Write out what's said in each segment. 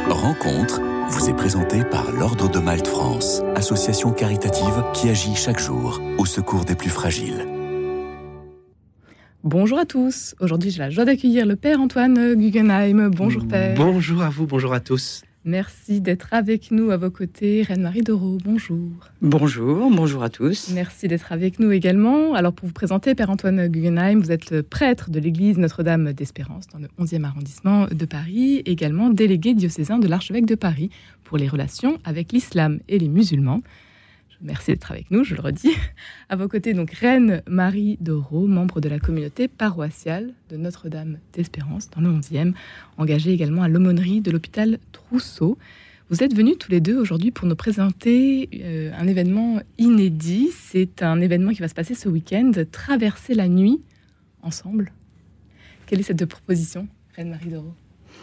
Rencontre vous est présentée par l'Ordre de Malte France, association caritative qui agit chaque jour au secours des plus fragiles. Bonjour à tous. Aujourd'hui, j'ai la joie d'accueillir le Père Antoine Guggenheim. Bonjour Père. Bonjour à vous, bonjour à tous. Merci d'être avec nous à vos côtés. Reine-Marie Doro, bonjour. Bonjour à tous. Merci d'être avec nous également. Alors pour vous présenter, Père Antoine Guggenheim, vous êtes le prêtre de l'église Notre-Dame d'Espérance dans le 11e arrondissement de Paris, également délégué diocésain de l'archevêque de Paris pour les relations avec l'islam et les musulmans. Merci d'être avec nous, je le redis. À vos côtés, donc, Reine-Marie Doro, membre de la communauté paroissiale de Notre-Dame d'Espérance, dans le 11e, engagée également à l'aumônerie de l'hôpital Trousseau. Vous êtes venus tous les deux aujourd'hui pour nous présenter un événement inédit. C'est un événement qui va se passer ce week-end, Traverser la nuit ensemble. Quelle est cette proposition, Reine-Marie Doro ?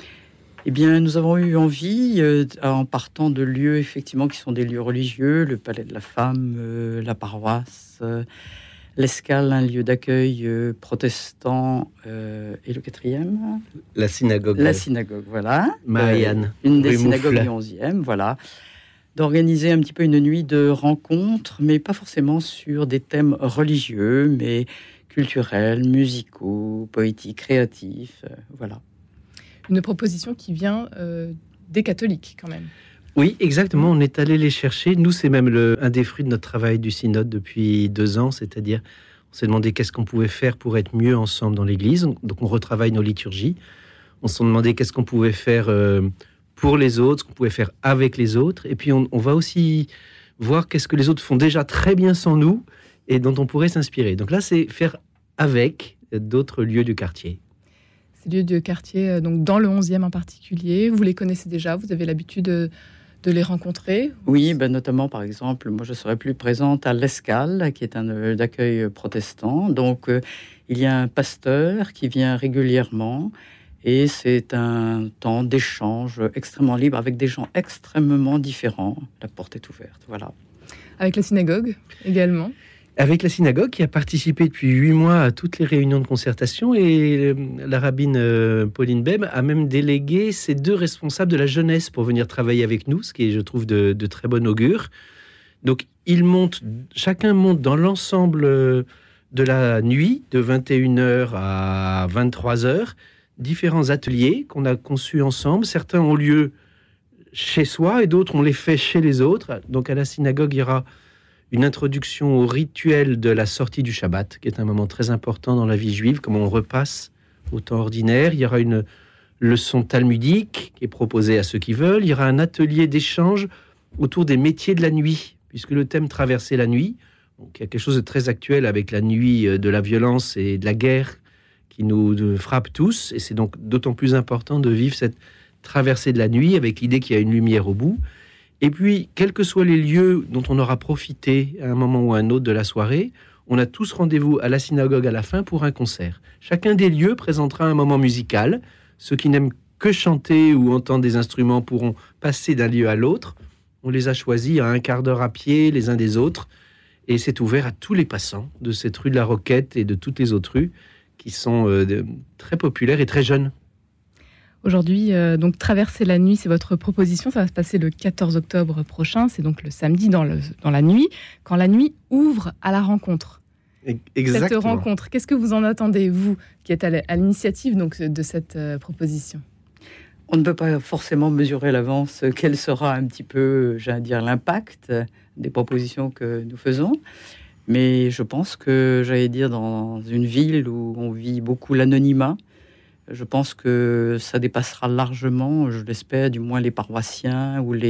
Eh bien, nous avons eu envie, en partant de lieux effectivement qui sont des lieux religieux, le Palais de la Femme, la paroisse, l'Escale, un lieu d'accueil protestant, et le quatrième, la synagogue. La synagogue, voilà. Marianne, une des rue synagogues Mouflet. du 11e, voilà. D'organiser un petit peu une nuit de rencontres, mais pas forcément sur des thèmes religieux, mais culturels, musicaux, poétiques, créatifs, voilà. Une proposition qui vient des catholiques, quand même. Oui, exactement. On est allé les chercher. Nous, c'est même un des fruits de notre travail du synode depuis 2 ans. C'est-à-dire, on s'est demandé qu'est-ce qu'on pouvait faire pour être mieux ensemble dans l'Église. Donc, on retravaille nos liturgies. On s'est demandé qu'est-ce qu'on pouvait faire pour les autres, ce qu'on pouvait faire avec les autres. Et puis, on va aussi voir qu'est-ce que les autres font déjà très bien sans nous et dont on pourrait s'inspirer. Donc là, c'est faire avec d'autres lieux du quartier. Ces lieux de quartier, donc dans le 11e en particulier, vous les connaissez déjà, vous avez l'habitude de les rencontrer ? Oui, notamment, par exemple, moi je serai plus présente à l'Escale, qui est un lieu d'accueil protestant. Donc, il y a un pasteur qui vient régulièrement et c'est un temps d'échange extrêmement libre avec des gens extrêmement différents. La porte est ouverte, voilà. Avec la synagogue également ? Avec la synagogue qui a participé depuis 8 mois à toutes les réunions de concertation, et la rabbine Pauline Bem a même délégué ses 2 responsables de la jeunesse pour venir travailler avec nous, ce qui est, je trouve, de très bon augure. Donc, chacun monte dans l'ensemble de la nuit, de 21h à 23h, différents ateliers qu'on a conçus ensemble. Certains ont lieu chez soi et d'autres, on les fait chez les autres. Donc, à la synagogue, il y aura une introduction au rituel de la sortie du Shabbat, qui est un moment très important dans la vie juive, comme on repasse au temps ordinaire. Il y aura une leçon talmudique qui est proposée à ceux qui veulent. Il y aura un atelier d'échange autour des métiers de la nuit, puisque le thème traverser la nuit, donc il y a quelque chose de très actuel avec la nuit de la violence et de la guerre qui nous frappe tous, et c'est donc d'autant plus important de vivre cette traversée de la nuit avec l'idée qu'il y a une lumière au bout. Et puis, quels que soient les lieux dont on aura profité à un moment ou à un autre de la soirée, on a tous rendez-vous à la synagogue à la fin pour un concert. Chacun des lieux présentera un moment musical. Ceux qui n'aiment que chanter ou entendre des instruments pourront passer d'un lieu à l'autre. On les a choisis à 1 quart d'heure à pied les uns des autres. Et c'est ouvert à tous les passants de cette rue de la Roquette et de toutes les autres rues qui sont très populaires et très jeunes. Aujourd'hui, donc Traverser la nuit, c'est votre proposition. Ça va se passer le 14 octobre prochain. C'est donc le samedi dans la nuit, quand la nuit ouvre à la rencontre. Exactement. Cette rencontre, qu'est-ce que vous en attendez, vous, qui êtes à l'initiative donc, de cette proposition ? On ne peut pas forcément mesurer à l'avance quel sera un petit peu, j'allais dire, l'impact des propositions que nous faisons. Mais je pense que, dans une ville où on vit beaucoup l'anonymat, je pense que ça dépassera largement, je l'espère, du moins les paroissiens ou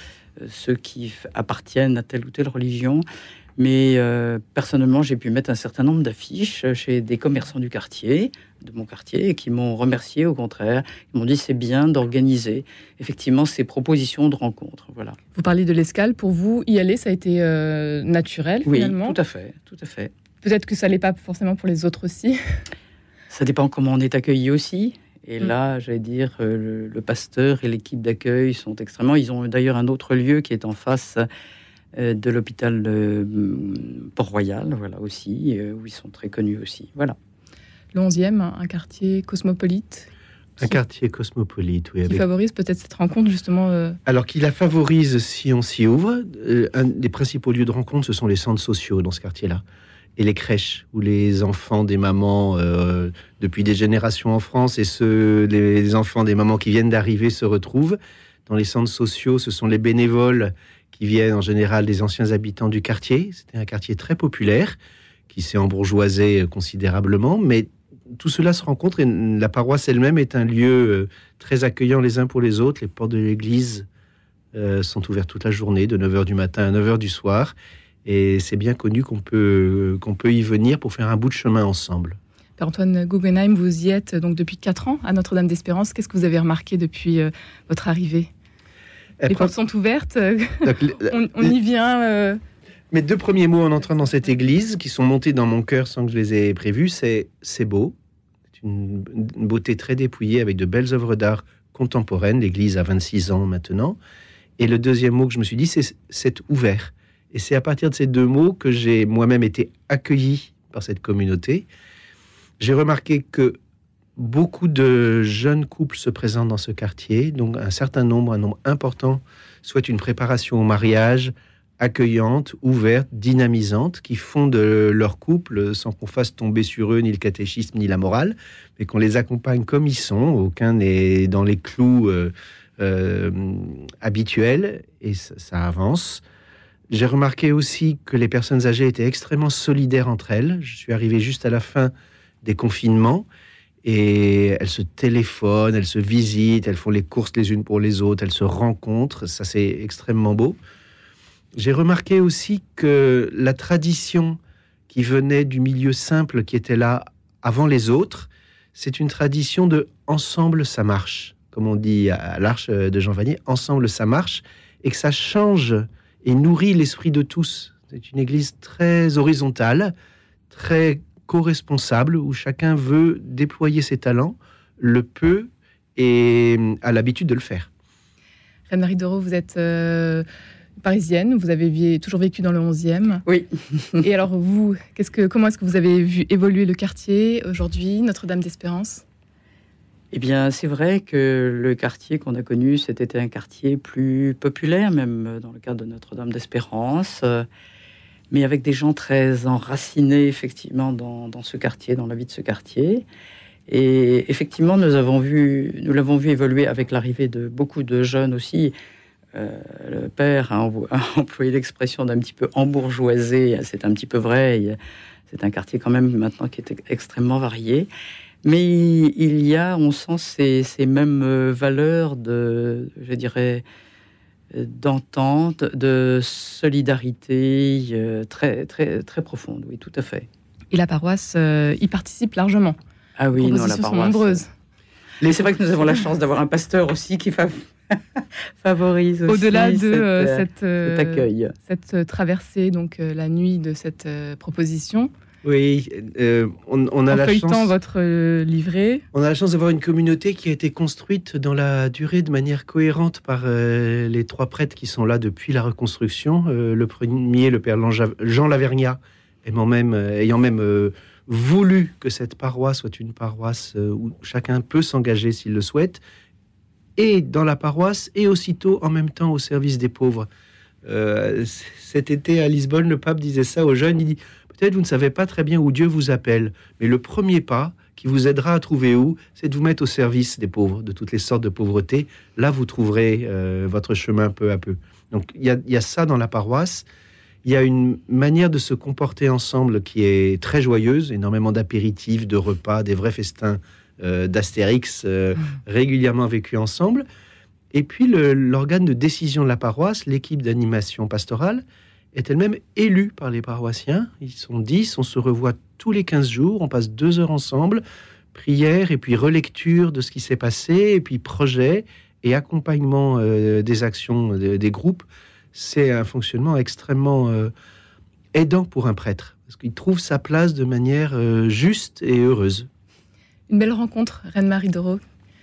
ceux qui appartiennent à telle ou telle religion. Mais personnellement, j'ai pu mettre un certain nombre d'affiches chez des commerçants du quartier, de mon quartier, et qui m'ont remercié, au contraire. Ils m'ont dit c'est bien d'organiser effectivement ces propositions de rencontres. Voilà. Vous parlez de l'Escale. Pour vous, y aller, ça a été naturel, finalement ? Oui, tout à fait. Peut-être que ça l'est pas forcément pour les autres aussi. Ça dépend comment on est accueilli aussi. Et là, le pasteur et l'équipe d'accueil sont extrêmement... Ils ont d'ailleurs un autre lieu qui est en face de l'hôpital Port-Royal, voilà, aussi, où ils sont très connus aussi. Voilà. Le 11e, un quartier cosmopolite. Un quartier cosmopolite, oui. Qui favorise peut-être cette rencontre, justement Alors, qui la favorise si on s'y ouvre. Un des principaux lieux de rencontre, ce sont les centres sociaux dans ce quartier-là. Et les crèches, où les enfants des mamans, depuis des générations en France, et les enfants des mamans qui viennent d'arriver se retrouvent. Dans les centres sociaux, ce sont les bénévoles qui viennent en général des anciens habitants du quartier. C'était un quartier très populaire, qui s'est embourgeoisé considérablement, mais tout cela se rencontre et la paroisse elle-même est un lieu très accueillant les uns pour les autres. Les portes de l'église sont ouvertes toute la journée, de 9h du matin à 9h du soir. Et c'est bien connu qu'on peut y venir pour faire un bout de chemin ensemble. Père Antoine Guggenheim, vous y êtes donc depuis 4 ans à Notre-Dame d'Espérance. Qu'est-ce que vous avez remarqué depuis votre arrivée ? Les portes sont ouvertes, donc, on y vient... Mes 2 premiers mots en entrant dans cette église, qui sont montés dans mon cœur sans que je les ai prévus, c'est beau. C'est une beauté très dépouillée avec de belles œuvres d'art contemporaines. L'église a 26 ans maintenant. Et le deuxième mot que je me suis dit, c'est ouvert. Et c'est à partir de ces 2 mots que j'ai moi-même été accueilli par cette communauté. J'ai remarqué que beaucoup de jeunes couples se présentent dans ce quartier. Donc un nombre important, souhaitent une préparation au mariage, accueillante, ouverte, dynamisante, qui font de leur couple sans qu'on fasse tomber sur eux ni le catéchisme ni la morale, mais qu'on les accompagne comme ils sont. Aucun n'est dans les clous habituels, et ça avance. J'ai remarqué aussi que les personnes âgées étaient extrêmement solidaires entre elles. Je suis arrivé juste à la fin des confinements, et elles se téléphonent, elles se visitent, elles font les courses les unes pour les autres, elles se rencontrent. Ça, c'est extrêmement beau. J'ai remarqué aussi que la tradition qui venait du milieu simple, qui était là avant les autres, c'est une tradition de « ensemble, ça marche ». Comme on dit à l'Arche de Jean Vanier, « ensemble, ça marche », et que ça change et nourrit l'esprit de tous. C'est une église très horizontale, très co-responsable, où chacun veut déployer ses talents, le peut et a l'habitude de le faire. Reine-Marie Doreau, vous êtes... parisienne, vous avez toujours vécu dans le 11e. Oui. Et alors vous, comment est-ce que vous avez vu évoluer le quartier aujourd'hui, Notre-Dame d'Espérance ? Eh bien, c'est vrai que le quartier qu'on a connu, c'était un quartier plus populaire, même dans le cadre de Notre-Dame d'Espérance, mais avec des gens très enracinés, effectivement, dans ce quartier, dans la vie de ce quartier. Et effectivement, nous l'avons vu évoluer avec l'arrivée de beaucoup de jeunes aussi. Le père a employé l'expression d'un petit peu embourgeoisé, c'est un petit peu vrai, c'est un quartier quand même maintenant qui est extrêmement varié, mais il y a, on sent ces mêmes valeurs je dirais, d'entente, de solidarité très, très, très profonde, oui, tout à fait. Et la paroisse y participe largement. Ah oui, non, la paroisse sont nombreuses. C'est vrai que nous avons la chance d'avoir un pasteur aussi qui favorise aussi au-delà de cet accueil. Cette traversée, donc la nuit de cette proposition. Oui, on a la chance... En feuilletant votre livret. On a la chance d'avoir une communauté qui a été construite dans la durée de manière cohérente par les 3 prêtres qui sont là depuis la reconstruction. Le premier, le père Jean Lavergnat, ayant même voulu que cette paroisse soit une paroisse où chacun peut s'engager s'il le souhaite, et dans la paroisse, et aussitôt en même temps au service des pauvres. Cet été à Lisbonne, le pape disait ça aux jeunes, il dit « Peut-être vous ne savez pas très bien où Dieu vous appelle, mais le premier pas qui vous aidera à trouver où, c'est de vous mettre au service des pauvres, de toutes les sortes de pauvreté. Là, vous trouverez votre chemin peu à peu. » Donc il y a ça dans la paroisse. Il y a une manière de se comporter ensemble qui est très joyeuse, énormément d'apéritifs, de repas, des vrais festins d'Astérix régulièrement vécus ensemble. Et puis l'organe de décision de la paroisse, l'équipe d'animation pastorale, est elle-même élue par les paroissiens. Ils sont 10, on se revoit tous les 15 jours, on passe 2 heures ensemble, prière et puis relecture de ce qui s'est passé, et puis projet et accompagnement des actions des groupes. C'est un fonctionnement extrêmement aidant pour un prêtre, parce qu'il trouve sa place de manière juste et heureuse. Une belle rencontre, Reine-Marie Doreau,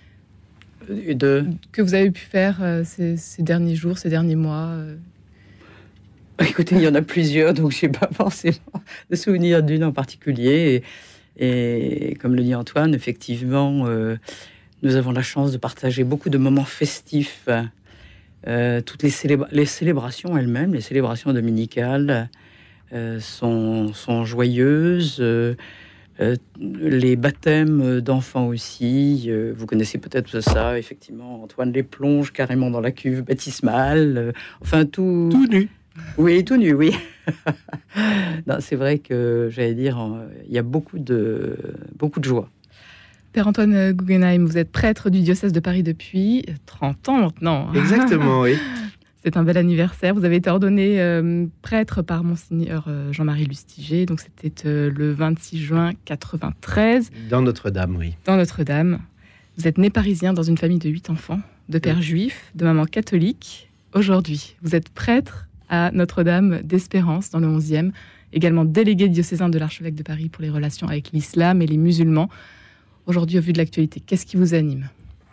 que vous avez pu faire ces derniers jours, ces derniers mois. Écoutez, il y en a plusieurs, donc je n'ai pas forcément de souvenir d'une en particulier. Et comme le dit Antoine, effectivement, Nous avons la chance de partager beaucoup de moments festifs. Toutes les célébrations elles-mêmes, les célébrations dominicales, sont joyeuses. Les baptêmes d'enfants aussi. Vous connaissez peut-être ça, effectivement. Antoine les plonge carrément dans la cuve baptismale. Enfin, tout... Tout nu. Oui, tout nu, oui. Non, c'est vrai que, j'allais dire, il y a beaucoup de joie. Père Antoine Guggenheim, vous êtes prêtre du diocèse de Paris depuis 30 ans maintenant. Exactement, oui. C'est un bel anniversaire. Vous avez été ordonné prêtre par Monseigneur Jean-Marie Lustiger. Donc c'était le 26 juin 93. Dans Notre-Dame, oui. Dans Notre-Dame. Vous êtes né parisien dans une famille de 8 enfants, de père juif, de maman catholique. Aujourd'hui, vous êtes prêtre à Notre-Dame d'Espérance, dans le 11e. Également délégué diocésain de l'archevêque de Paris pour les relations avec l'islam et les musulmans. Aujourd'hui, au vu de l'actualité, qu'est-ce qui vous anime ?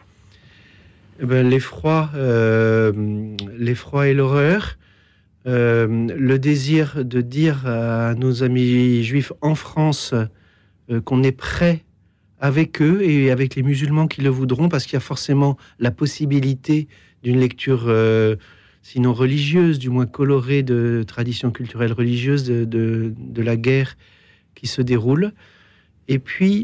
L'effroi et l'horreur, le désir de dire à nos amis juifs en France qu'on est prêt avec eux et avec les musulmans qui le voudront, parce qu'il y a forcément la possibilité d'une lecture, sinon religieuse, du moins colorée, de traditions culturelles religieuses de la guerre qui se déroule. Et puis,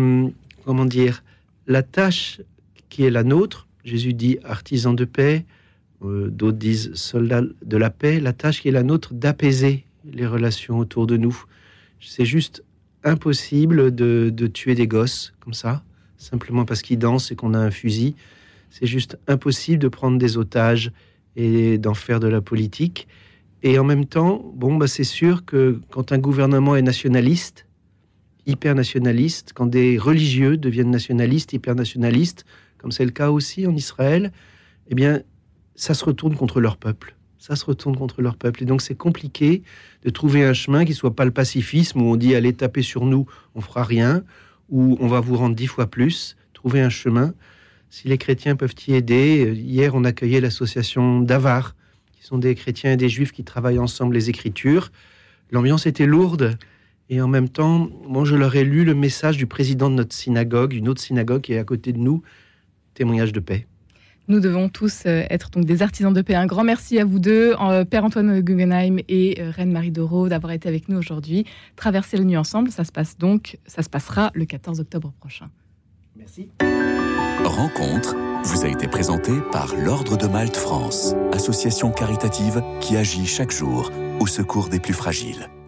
la tâche qui est la nôtre, Jésus dit artisan de paix, d'autres disent soldat de la paix, la tâche qui est la nôtre d'apaiser les relations autour de nous. C'est juste impossible de tuer des gosses comme ça, simplement parce qu'ils dansent et qu'on a un fusil. C'est juste impossible de prendre des otages et d'en faire de la politique. Et en même temps, c'est sûr que quand un gouvernement est nationaliste, hyper nationaliste, quand des religieux deviennent nationalistes, hyper nationalistes, comme c'est le cas aussi en Israël, eh bien, ça se retourne contre leur peuple. Ça se retourne contre leur peuple. Et donc, c'est compliqué de trouver un chemin qui ne soit pas le pacifisme, où on dit « allez taper sur nous, on fera rien », ou « on va vous rendre 10 fois plus ». Trouver un chemin. Si les chrétiens peuvent y aider, hier, on accueillait l'association d'Avar, qui sont des chrétiens et des juifs qui travaillent ensemble les Écritures. L'ambiance était lourde. Et en même temps, je leur ai lu le message du président de notre synagogue, une autre synagogue qui est à côté de nous, témoignage de paix. Nous devons tous être donc des artisans de paix. Un grand merci à vous deux, Père Antoine Guggenheim et Reine Marie Doro, d'avoir été avec nous aujourd'hui. Traverser la nuit ensemble, ça se passera le 14 octobre prochain. Merci. Rencontre vous a été présentée par l'Ordre de Malte France, association caritative qui agit chaque jour au secours des plus fragiles.